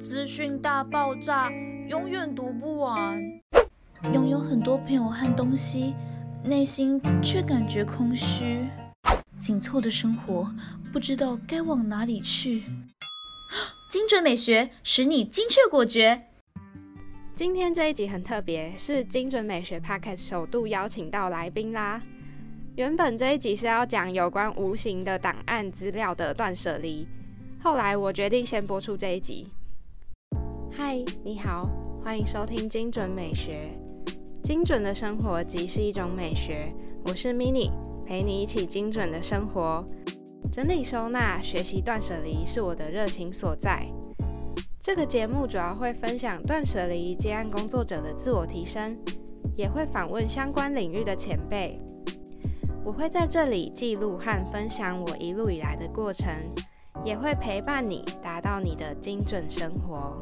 资讯大爆炸，永远读不完。拥有很多朋友和东西，内心却感觉空虚。紧凑的生活，不知道该往哪里去。精准美学使你精确果决。 今天这一集很特别，是精准美学 Podcast 首度邀请到来宾啦。原本这一集是要讲有关无形的档案资料的断舍离，后来我决定先播出这一集。嗨，你好，欢迎收听精准美学。精准的生活即是一种美学，我是 Mini， 陪你一起精准的生活。整理收纳、学习断舍离是我的热情所在。这个节目主要会分享断舍离接案工作者的自我提升，也会访问相关领域的前辈。我会在这里记录和分享我一路以来的过程，也会陪伴你达到你的精准生活。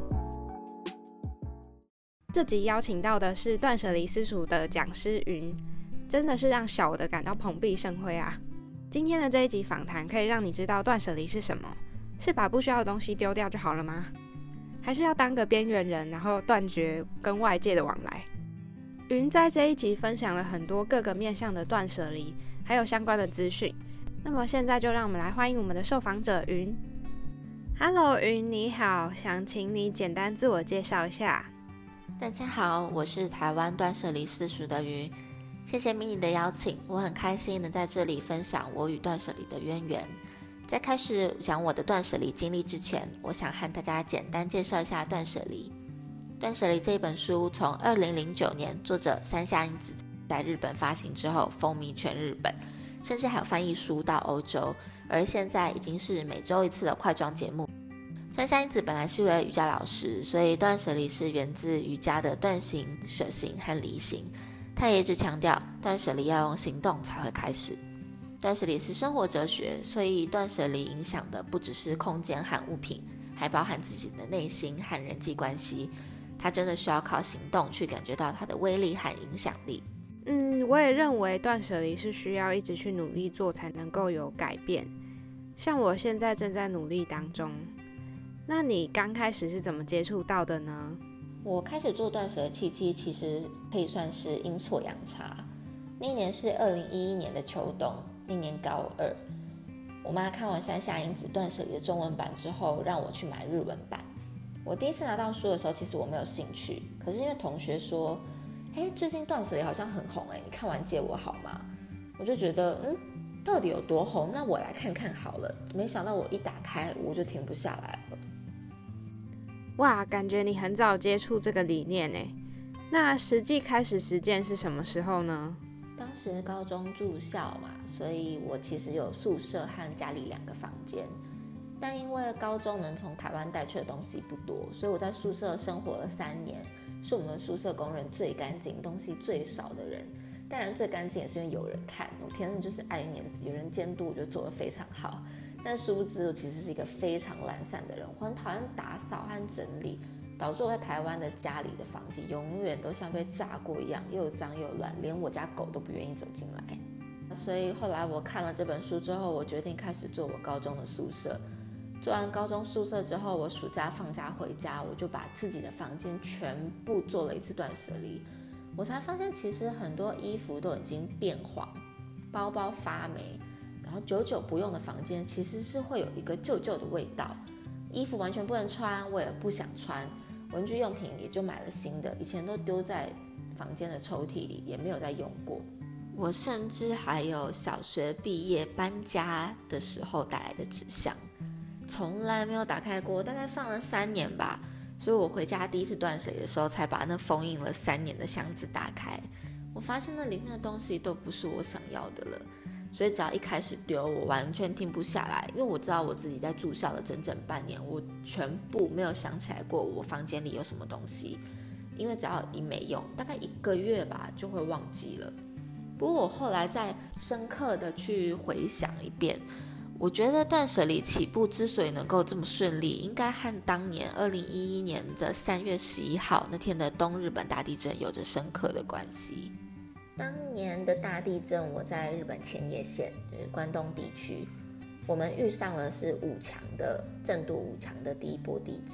这集邀请到的是断舍离私塾的讲师云，真的是让小的感到蓬荜生辉啊！今天的这一集访谈可以让你知道断舍离是什么，是把不需要的东西丢掉就好了吗？还是要当个边缘人，然后断绝跟外界的往来？云在这一集分享了很多各个面向的断舍离，还有相关的资讯。那么现在就让我们来欢迎我们的受访者云。Hello， 云你好，想请你简单自我介绍一下。 大家好，我是台湾断舍离私塾的云，谢谢 Mini 的邀请，我很开心能在这里分享我与断舍离的渊源。在开始讲我的断舍离经历之前，我想和大家简单介绍一下断舍离。断舍离这本书从2009年作者山下英子在日本发行之后风靡全日本，甚至还有翻译书到欧洲，而现在已经是每周一次的快装节目。山下英子本来是一位瑜伽老师，所以断舍离是源自瑜伽的断行、舍行和离行。他也一直强调断舍离要用行动才会开始。断舍离是生活哲学，所以断舍离影响的不只是空间和物品，还包含自己的内心和人际关系。它真的需要靠行动去感觉到它的威力和影响力。 我也认为断舍离是需要一直去努力做才能够有改变。像我现在正在努力当中。那你刚开始是怎么接触到的呢？ 我开始做断舍的契机其实可以算是阴错阳差。那一年是2011年的秋冬，那年高二，我妈看完山下英子断舍离的中文版之后，让我去买日文版。我第一次拿到书的时候，其实我没有兴趣，可是因为同学说，最近断舍离好像很红，你看完借我好吗？我就觉得，到底有多红？那我来看看好了。没想到我一打开，我就停不下来了。 哇，感觉你很早接触这个理念耶。那实际开始实践是什么时候呢？ 当时高中住校嘛，所以我其实有宿舍和家里2个房间。但因为高中能从台湾带去的东西不多，所以我在宿舍生活了3年，是我们宿舍公认最干净、东西最少的人。当然最干净也是因为有人看，我天生就是爱面子，有人监督我就做得非常好。但殊不知我其实是一个非常懒散的人，我很讨厌打扫和整理，导致我在台湾的家里的房间永远都像被炸过一样，又脏又乱，连我家狗都不愿意走进来。所以后来我看了这本书之后，我决定开始做我高中的宿舍。做完高中宿舍之后，我暑假放假回家，我就把自己的房间全部做了一次断舍离。我才发现其实很多衣服都已经变黄，包包发霉，然后久久不用的房间其实是会有一个旧旧的味道，衣服完全不能穿，我也不想穿，文具用品也就买了新的，以前都丢在房间的抽屉里，也没有再用过。我甚至还有小学毕业搬家的时候带来的纸箱，从来没有打开过，大概放了3年吧。所以我回家第一次断舍离的时候，才把那封印了3年的箱子打开。我发现那里面的东西都不是我想要的了，所以只要一开始丢，我完全停不下来。因为我知道我自己在住校的整整半年，我全部没有想起来过我房间里有什么东西，因为只要一没用，大概1个月吧就会忘记了。不过我后来再深刻的去回想一遍，我觉得断舍离起步之所以能够这么顺利，应该和当年2011年的3月11号那天的东日本大地震有着深刻的关系。当年的大地震，我在日本千叶县，就是关东地区，我们遇上了是5强的震度5强的第一波地震。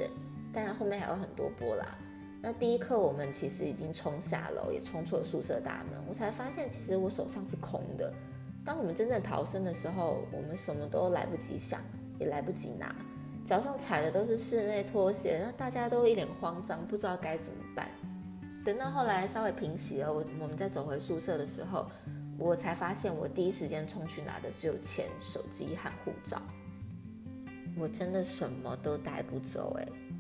当然后面还有很多波啦。那第一刻我们其实已经冲下楼，也冲出了宿舍大门，我才发现其实我手上是空的。当我们真正逃生的时候，我们什么都来不及想，也来不及拿，脚上踩的都是室内拖鞋，那大家都一脸慌张，不知道该怎么办。等到后来稍微平息了，我们再走回宿舍的时候，我才发现我第一时间冲去拿的只有钱、手机和护照。我真的什么都带不走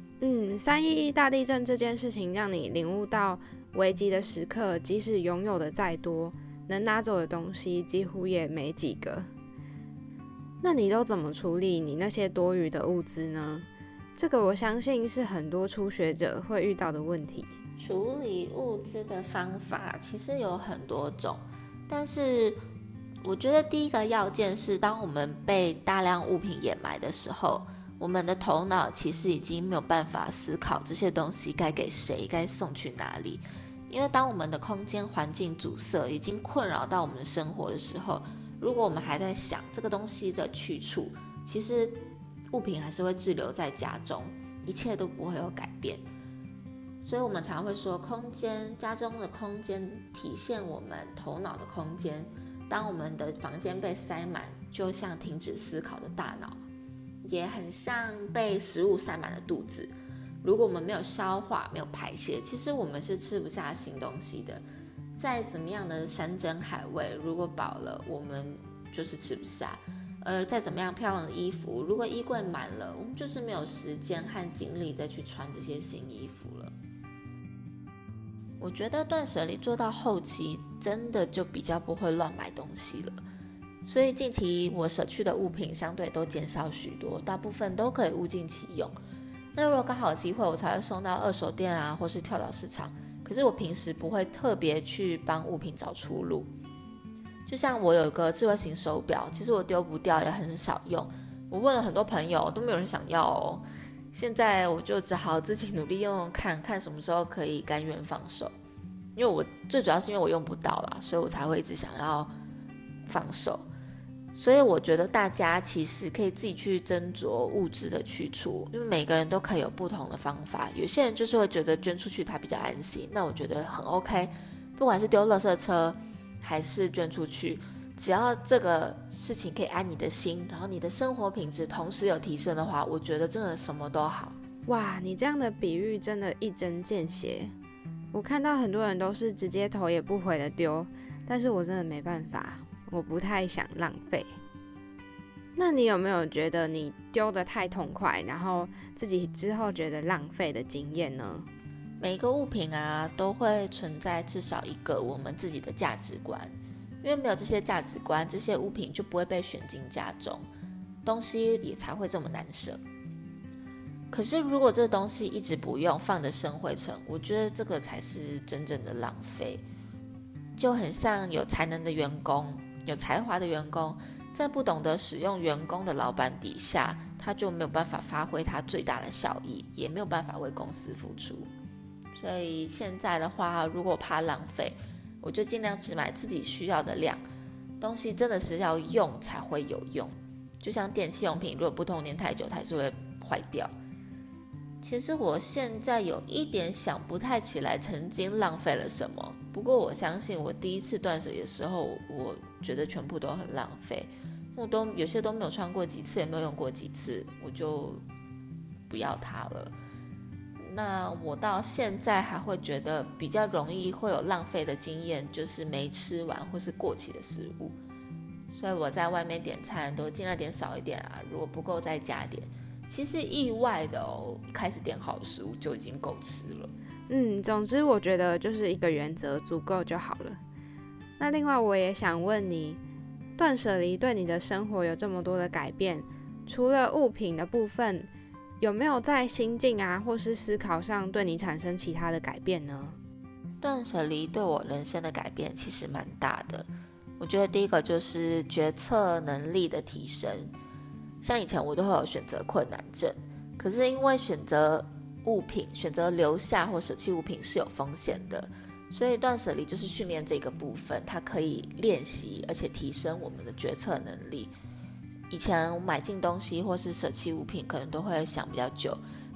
311大地震这件事情让你领悟到危机的时刻，即使拥有的再多，能拿走的东西几乎也没几个。那你都怎么处理你那些多余的物资呢？这个我相信是很多初学者会遇到的问题。 处理物资的方法其实有很多种，但是我觉得第一个要件是，当我们被大量物品掩埋的时候，我们的头脑其实已经没有办法思考这些东西该给谁，该送去哪里。因为当我们的空间环境阻塞，已经困扰到我们的生活的时候，如果我们还在想这个东西的去处，其实物品还是会滞留在家中，一切都不会有改变。所以我们常会说，空间，家中的空间体现我们头脑的空间。当我们的房间被塞满，就像停止思考的大脑，也很像被食物塞满了肚子。如果我们没有消化，没有排泄，其实我们是吃不下新东西的。再怎么样的山珍海味，如果饱了，我们就是吃不下。而再怎么样漂亮的衣服，如果衣柜满了，我们就是没有时间和精力再去穿这些新衣服了。我觉得断舍离做到后期，真的就比较不会乱买东西了。所以近期我舍去的物品相对都减少许多，大部分都可以物尽其用。那如果刚好有机会，我才会送到二手店啊，或是跳蚤市场。可是我平时不会特别去帮物品找出路。就像我有一个智慧型手表，其实我丢不掉，也很少用。我问了很多朋友，都没有人想要哦。现在我就只好自己努力用用看，看什么时候可以甘愿放手。因为我最主要是因为我用不到啦，所以我才会一直想要放手。所以我觉得大家其实可以自己去斟酌物质的去处，因为每个人都可以有不同的方法。有些人就是会觉得捐出去他比较安心，那我觉得很 OK。不管是丢垃圾车还是捐出去，只要这个事情可以安你的心，然后你的生活品质同时有提升的话，我觉得真的什么都好。 哇，你这样的比喻真的一针见血。我看到很多人都是直接头也不回的丢，但是我真的没办法，我不太想浪费。那你有没有觉得你丢得太痛快，然后自己之后觉得浪费的经验呢？ 每一个物品啊，都会存在至少一个我们自己的价值观，因为没有这些价值观，这些物品就不会被选进家中，东西也才会这么难舍。可是如果这个东西一直不用，放着生灰尘，我觉得这个才是真正的浪费。就很像有才能的员工，有才华的员工，在不懂得使用员工的老板底下，他就没有办法发挥他最大的效益，也没有办法为公司付出。所以现在的话，如果怕浪费，我就尽量只买自己需要的量，东西真的是要用才会有用。就像电器用品，如果不通年太久，它还是会坏掉。其实我现在有一点想不太起来曾经浪费了什么，不过我相信我第一次断舍离的时候，我觉得全部都很浪费，有些都没有穿过几次，也没有用过几次，我就不要它了。那我到现在还会觉得比较容易会有浪费的经验，就是没吃完或是过期的食物，所以我在外面点餐都尽量点少一点啊，如果不够再加点。其实意外的一开始点好的食物就已经够吃了。 总之我觉得就是一个原则，足够就好了。那另外我也想问你，断舍离对你的生活有这么多的改变，除了物品的部分，有没有在心境啊或是思考上对你产生其他的改变呢？ 断舍离对我人生的改变其实蛮大的。我觉得第一个就是决策能力的提升。像以前我都会有选择困难症，可是因为选择物品，选择留下或舍弃物品是有风险的，所以断舍离就是训练这个部分，它可以练习而且提升我们的决策能力。以前买进东西或是舍弃物品可能都会想比较久，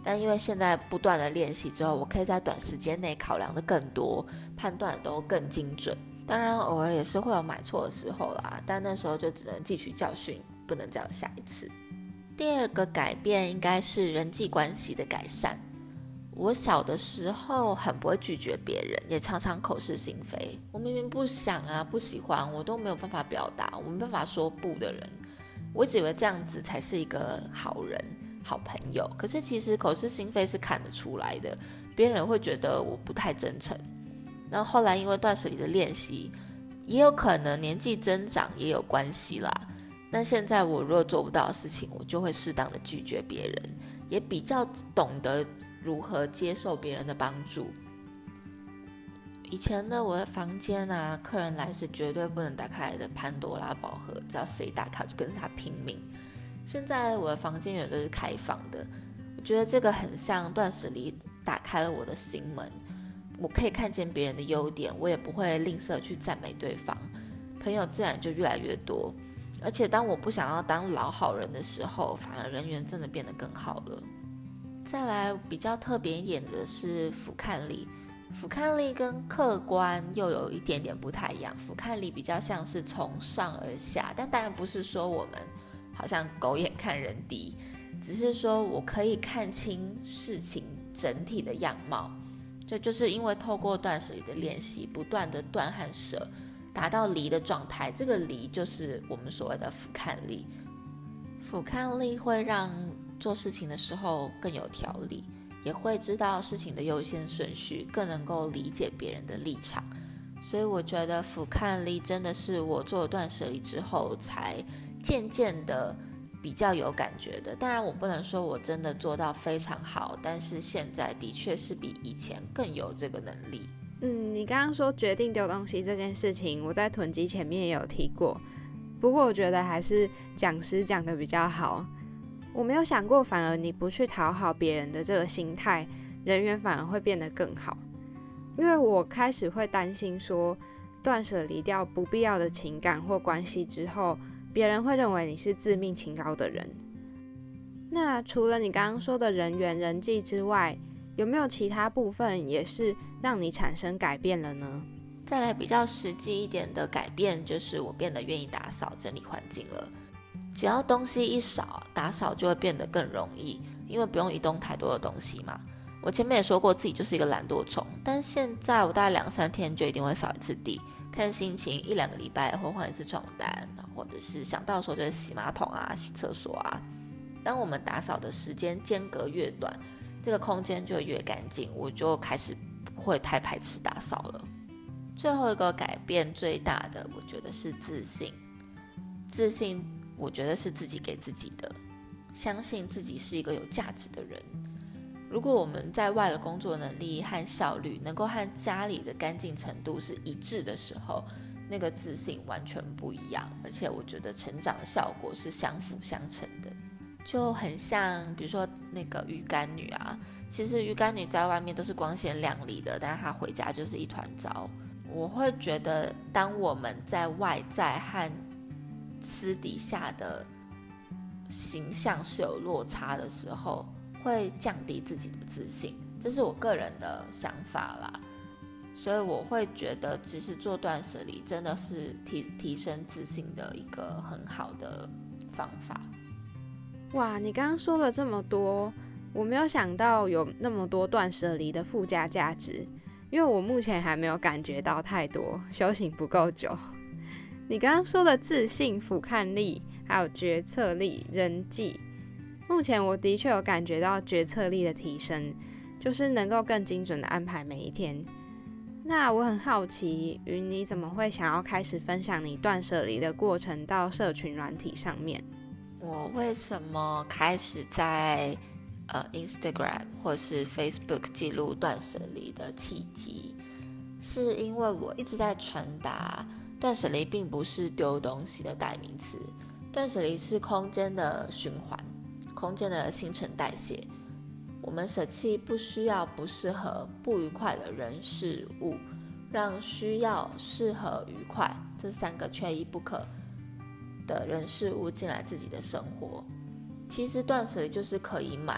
但因为现在不断的练习之后，我可以在短时间内考量的更多，判断都更精准。当然偶尔也是会有买错的时候啦，但那时候就只能汲取教训，不能再有下一次。第二个改变应该是人际关系的改善。我小的时候很不会拒绝别人，也常常口是心非。我明明不想啊，不喜欢，我都没有办法表达，我没办法说不的人。我一直以为这样子才是一个好人、好朋友，可是其实口是心非是看得出来的，别人会觉得我不太真诚。然后后来因为断舍离的练习，也有可能年纪增长也有关系啦。那现在我如果做不到的事情，我就会适当的拒绝别人，也比较懂得如何接受别人的帮助。以前呢，我的房间啊，客人来是绝对不能打开来的潘多拉宝盒，只要谁打开就跟着他拼命。现在我的房间永远都是开放的，我觉得这个很像断舍离打开了我的心门，我可以看见别人的优点，我也不会吝啬去赞美对方，朋友自然就越来越多。而且当我不想要当老好人的时候，反而人缘真的变得更好了。再来比较特别一点的是俯瞰力，俯瞰力跟客观又有一点点不太一样。俯瞰力比较像是从上而下，但当然不是说我们好像狗眼看人低，只是说我可以看清事情整体的样貌。这就是因为透过断舍离的练习，不断的断和舍，达到离的状态。这个离就是我们所谓的俯瞰力。俯瞰力会让做事情的时候更有条理，也会知道事情的优先顺序，更能够理解别人的立场。所以我觉得俯瞰力真的是我做了断舍离之后才渐渐的比较有感觉的。当然我不能说我真的做到非常好，但是现在的确是比以前更有这个能力。 你刚刚说决定丢东西这件事情，我在囤积前面也有提过，不过我觉得还是讲师讲的比较好。我没有想过，反而你不去讨好别人的这个心态，人缘反而会变得更好。因为我开始会担心说，断舍离掉不必要的情感或关系之后，别人会认为你是自命清高的人。那除了你刚刚说的人缘、人际之外，有没有其他部分也是让你产生改变了呢？ 再来比较实际一点的改变，就是我变得愿意打扫整理环境了。只要东西一少，打扫就会变得更容易，因为不用移动太多的东西嘛。我前面也说过自己就是一个懒惰虫，但现在我大概2-3天就一定会扫一次地，看心情1-2个礼拜会换一次床单，或者是想到的时候就是洗马桶啊、洗厕所啊。当我们打扫的时间间隔越短，这个空间就越干净，我就开始不会太排斥打扫了。最后一个改变最大的，我觉得是自信。自信我觉得是自己给自己的，相信自己是一个有价值的人。如果我们在外的工作能力和效率能够和家里的干净程度是一致的时候，那个自信完全不一样，而且我觉得成长的效果是相辅相成的。就很像比如说那个鱼干女啊，其实鱼干女在外面都是光鲜亮丽的，但是她回家就是一团糟。我会觉得当我们在外在和私底下的形象是有落差的时候，会降低自己的自信，这是我个人的想法啦。所以我会觉得其实做断舍离真的是提升自信的一个很好的方法。 哇，你刚刚说了这么多，我没有想到有那么多断舍离的附加价值，因为我目前还没有感觉到太多，修行不够久。你刚刚说的自信、俯瞰力，还有决策力、人际，目前我的确有感觉到决策力的提升，就是能够更精准的安排每一天。那我很好奇，云你怎么会想要开始分享你断舍离的过程到社群软体上面？ 我为什么开始在Instagram 或是 Facebook 记录断舍离的契机，是因为我一直在传达断舍离并不是丢东西的代名词，断舍离是空间的循环，空间的新陈代谢。我们舍弃不需要、不适合、不愉快的人事物，让需要、适合、愉快这3个缺一不可的人事物进来自己的生活。其实断舍离就是可以买，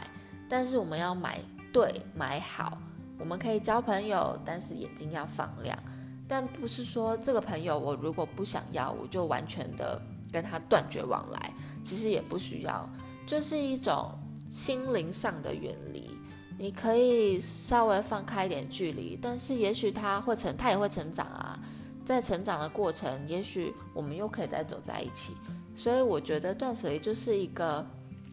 但是我们要买对买好。我们可以交朋友，但是眼睛要放亮，但不是说这个朋友我如果不想要，我就完全的跟他断绝往来，其实也不需要，就是一种心灵上的远离。你可以稍微放开一点距离，但是也许他也会成长啊，在成长的过程，也许我们又可以再走在一起。所以我觉得断舍离就是一个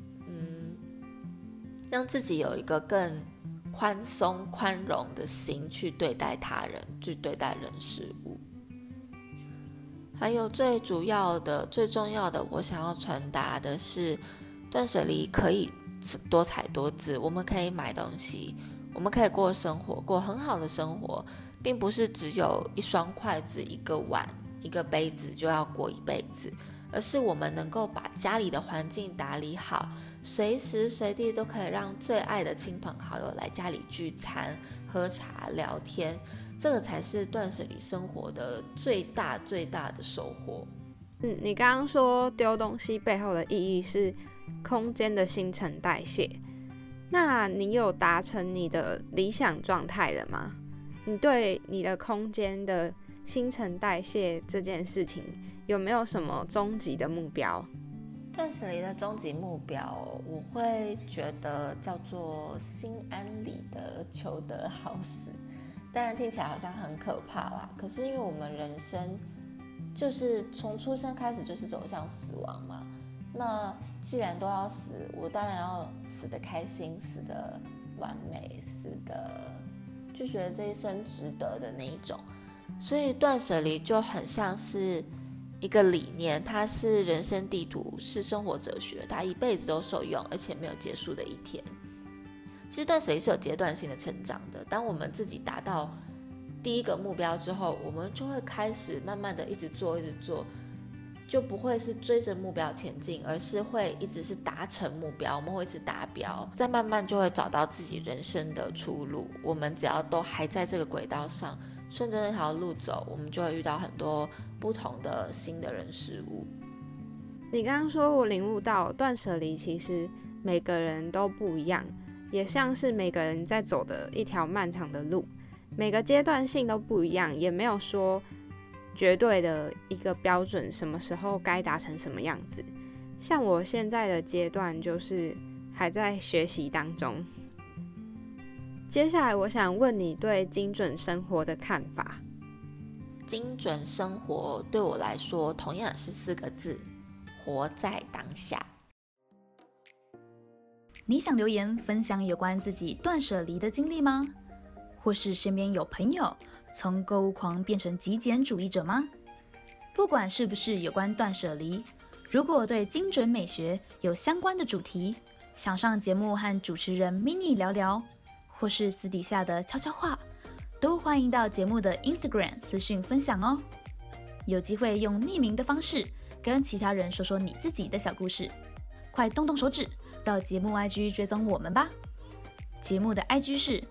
让自己有一个更宽松宽容的心去对待他人，去对待人事物。还有最主要的最重要的，我想要传达的是，断舍离可以多彩多姿，我们可以买东西，我们可以过生活，过很好的生活，并不是只有一双筷子、一个碗、一个杯子就要过一辈子，而是我们能够把家里的环境打理好，随时随地都可以让最爱的亲朋好友来家里聚餐、喝茶、聊天，这个才是断舍离生活的最大的收获。 你刚刚说丢东西背后的意义是空间的新陈代谢，那你有达成你的理想状态了吗？你对你的空间的新陈代谢这件事情有没有什么终极的目标？ 断舍离的终极目标，我会觉得叫做心安理得，求得好死。当然听起来好像很可怕啦，可是因为我们人生就是从出生开始就是走向死亡嘛，那既然都要死，我当然要死得开心，死得完美，死得就觉得这一生值得的那一种。所以断舍离就很像是一个理念，它是人生地图，是生活哲学，它一辈子都受用，而且没有结束的一天。其实断舍离是有阶段性的成长的，当我们自己达到第一个目标之后，我们就会开始慢慢的一直做，就不会是追着目标前进，而是会一直是达成目标，我们会一直达标，再慢慢就会找到自己人生的出路。我们只要都还在这个轨道上，顺着那条路走，我们就会遇到很多不同的新的人事物。 你刚刚说我领悟到断舍离其实每个人都不一样，也像是每个人在走的一条漫长的路，每个阶段性都不一样，也没有说绝对的一个标准，什么时候该达成什么样子。像我现在的阶段就是还在学习当中。接下来我想问你对精准生活的看法。 精准生活对我来说同样是4个字：活在当下。 你想留言分享有关自己断舍离的经历吗？或是身边有朋友从购物狂变成极简主义者吗？不管是不是有关断舍离，如果对精准美学有相关的主题，想上节目和主持人 mini 聊聊，或是私底下的悄悄话，都欢迎到节目的 Instagram 私讯分享哦。有机会用匿名的方式跟其他人说说你自己的小故事，快动动手指到节目 IG 追踪我们吧。节目的 IG 是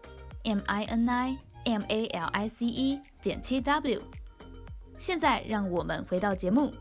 MINIMALICE.7W。现在让我们回到节目。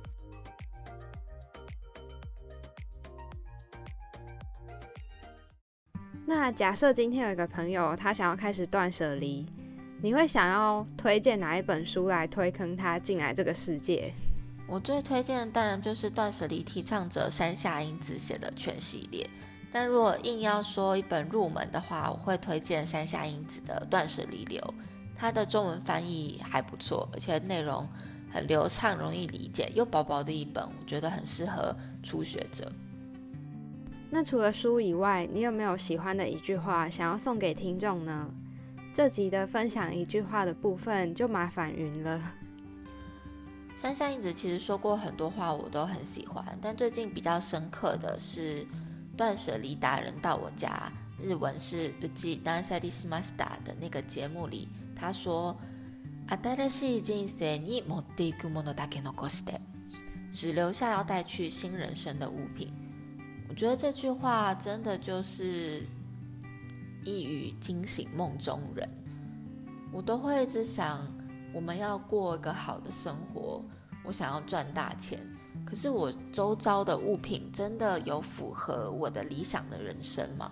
那假设今天有一个朋友，他想要开始断舍离，你会想要推荐哪一本书来推坑他进来这个世界？ 我最推荐的当然就是断舍离提倡者山下英子写的全系列，但如果硬要说一本入门的话，我会推荐山下英子的断舍离流，它的中文翻译还不错，而且内容很流畅，容易理解，又薄薄的一本，我觉得很适合初学者。 那除了书以外，你有没有喜欢的一句话想要送给听众呢？这集的分享一句话的部分就麻烦云了。 山下英子其实说过很多话我都很喜欢，但最近比较深刻的是断舍离达人到我家，日文是うち断捨離しました的那个节目里，他说新しい人生に持っていくものだけ残して、只留下要带去新人生的物品。我觉得这句话真的就是一语惊醒梦中人，我都会一直想，我们要过一个好的生活，我想要赚大钱，可是我周遭的物品真的有符合我的理想的人生吗？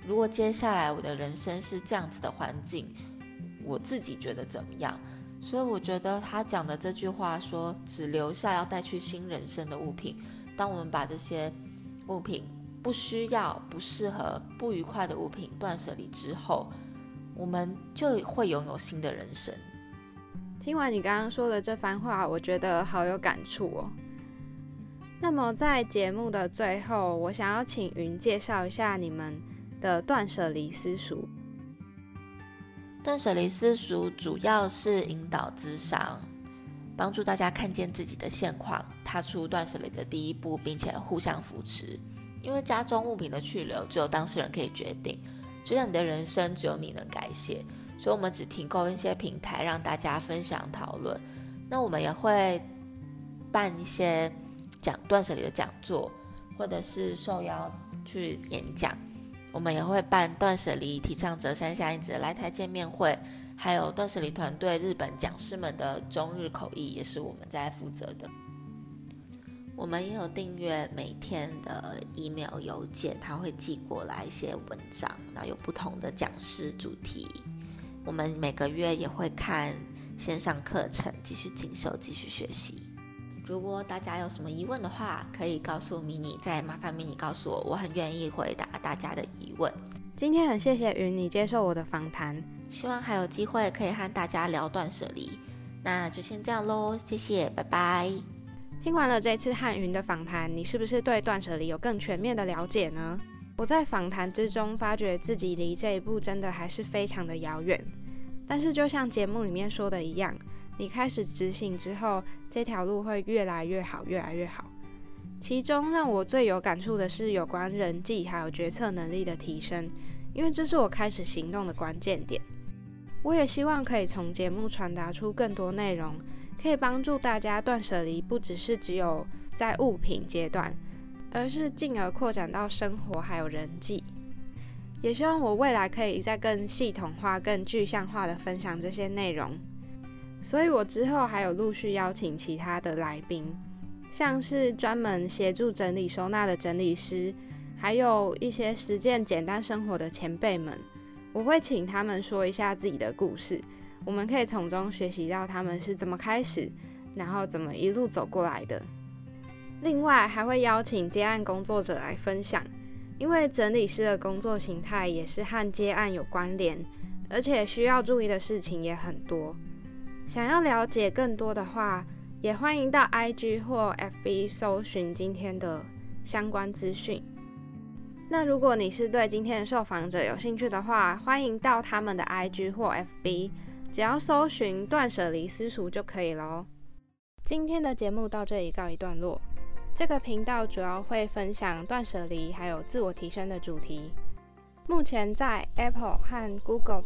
如果接下来我的人生是这样子的环境，我自己觉得怎么样？所以我觉得他讲的这句话说，只留下要带去新人生的物品。当我们把这些物品不需要、不适合、不愉快的物品断舍离之后，我们就会拥有新的人生。 听完你刚刚说的这番话，我觉得好有感触哦。那么在节目的最后，我想要请云介绍一下你们的断舍离私塾。 断舍离私塾主要是引导咨商，帮助大家看见自己的现况，踏出断舍离的第一步，并且互相扶持。因为家中物品的去留只有当事人可以决定，就像你的人生只有你能改写，所以我们只提供一些平台让大家分享讨论。那我们也会办一些断舍离的讲座，或者是受邀去演讲。我们也会办断舍离提倡者山下英子的来台见面会，还有断舍离团队日本讲师们的中日口译也是我们在负责的。我们也有订阅每天的 email 邮件，它会寄过来一些文章，然后有不同的讲师主题。我们每个月也会看线上课程，继续进修，继续学习。如果大家有什么疑问的话，可以告诉迷你，再麻烦迷你告诉我，我很愿意回答大家的疑问。 今天很谢谢云你接受我的访谈， 希望还有机会可以和大家聊断舍离。那就先这样咯，谢谢，拜拜。 听完了这次和云的访谈，你是不是对断舍离有更全面的了解呢？我在访谈之中发觉自己离这一步真的还是非常的遥远，但是就像节目里面说的一样，你开始执行之后，这条路会越来越好，越来越好。其中让我最有感触的是有关人际还有决策能力的提升，因为这是我开始行动的关键点。我也希望可以从节目传达出更多内容，可以帮助大家断舍离不只有在物品阶段，而是进而扩展到生活还有人际。也希望我未来可以再更系统化、更具象化的分享这些内容。所以我之后还有陆续邀请其他的来宾，像是专门协助整理收纳的整理师，还有一些实践简单生活的前辈们，我会请他们说一下自己的故事，我们可以从中学习到他们是怎么开始，然后怎么一路走过来的。另外还会邀请接案工作者来分享，因为整理师的工作形态也是和接案有关联，而且需要注意的事情也很多。想要了解更多的话，也欢迎到 IG 或 FB 搜寻今天的相关资讯。那如果你是对今天的受访者有兴趣的话，欢迎到他们的 IG 或 FB， 只要搜寻断舍离私塾就可以咯。今天的节目到这里告一段落。这个频道主要会分享断舍离还有自我提升的主题。目前在 Apple 和 Google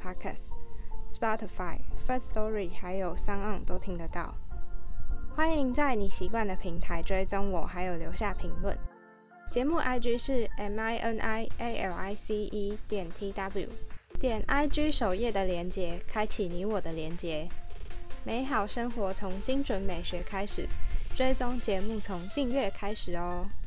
Podcast、Spotify、Firstory 还有 SoundOn 都听得到。欢迎在你习惯的平台追踪我，还有留下评论。节目 IG 是 MINIALICE.TW， 点 IG 首页的连结，开启你我的连结。美好生活从精准美学开始，追踪节目从订阅开始哦。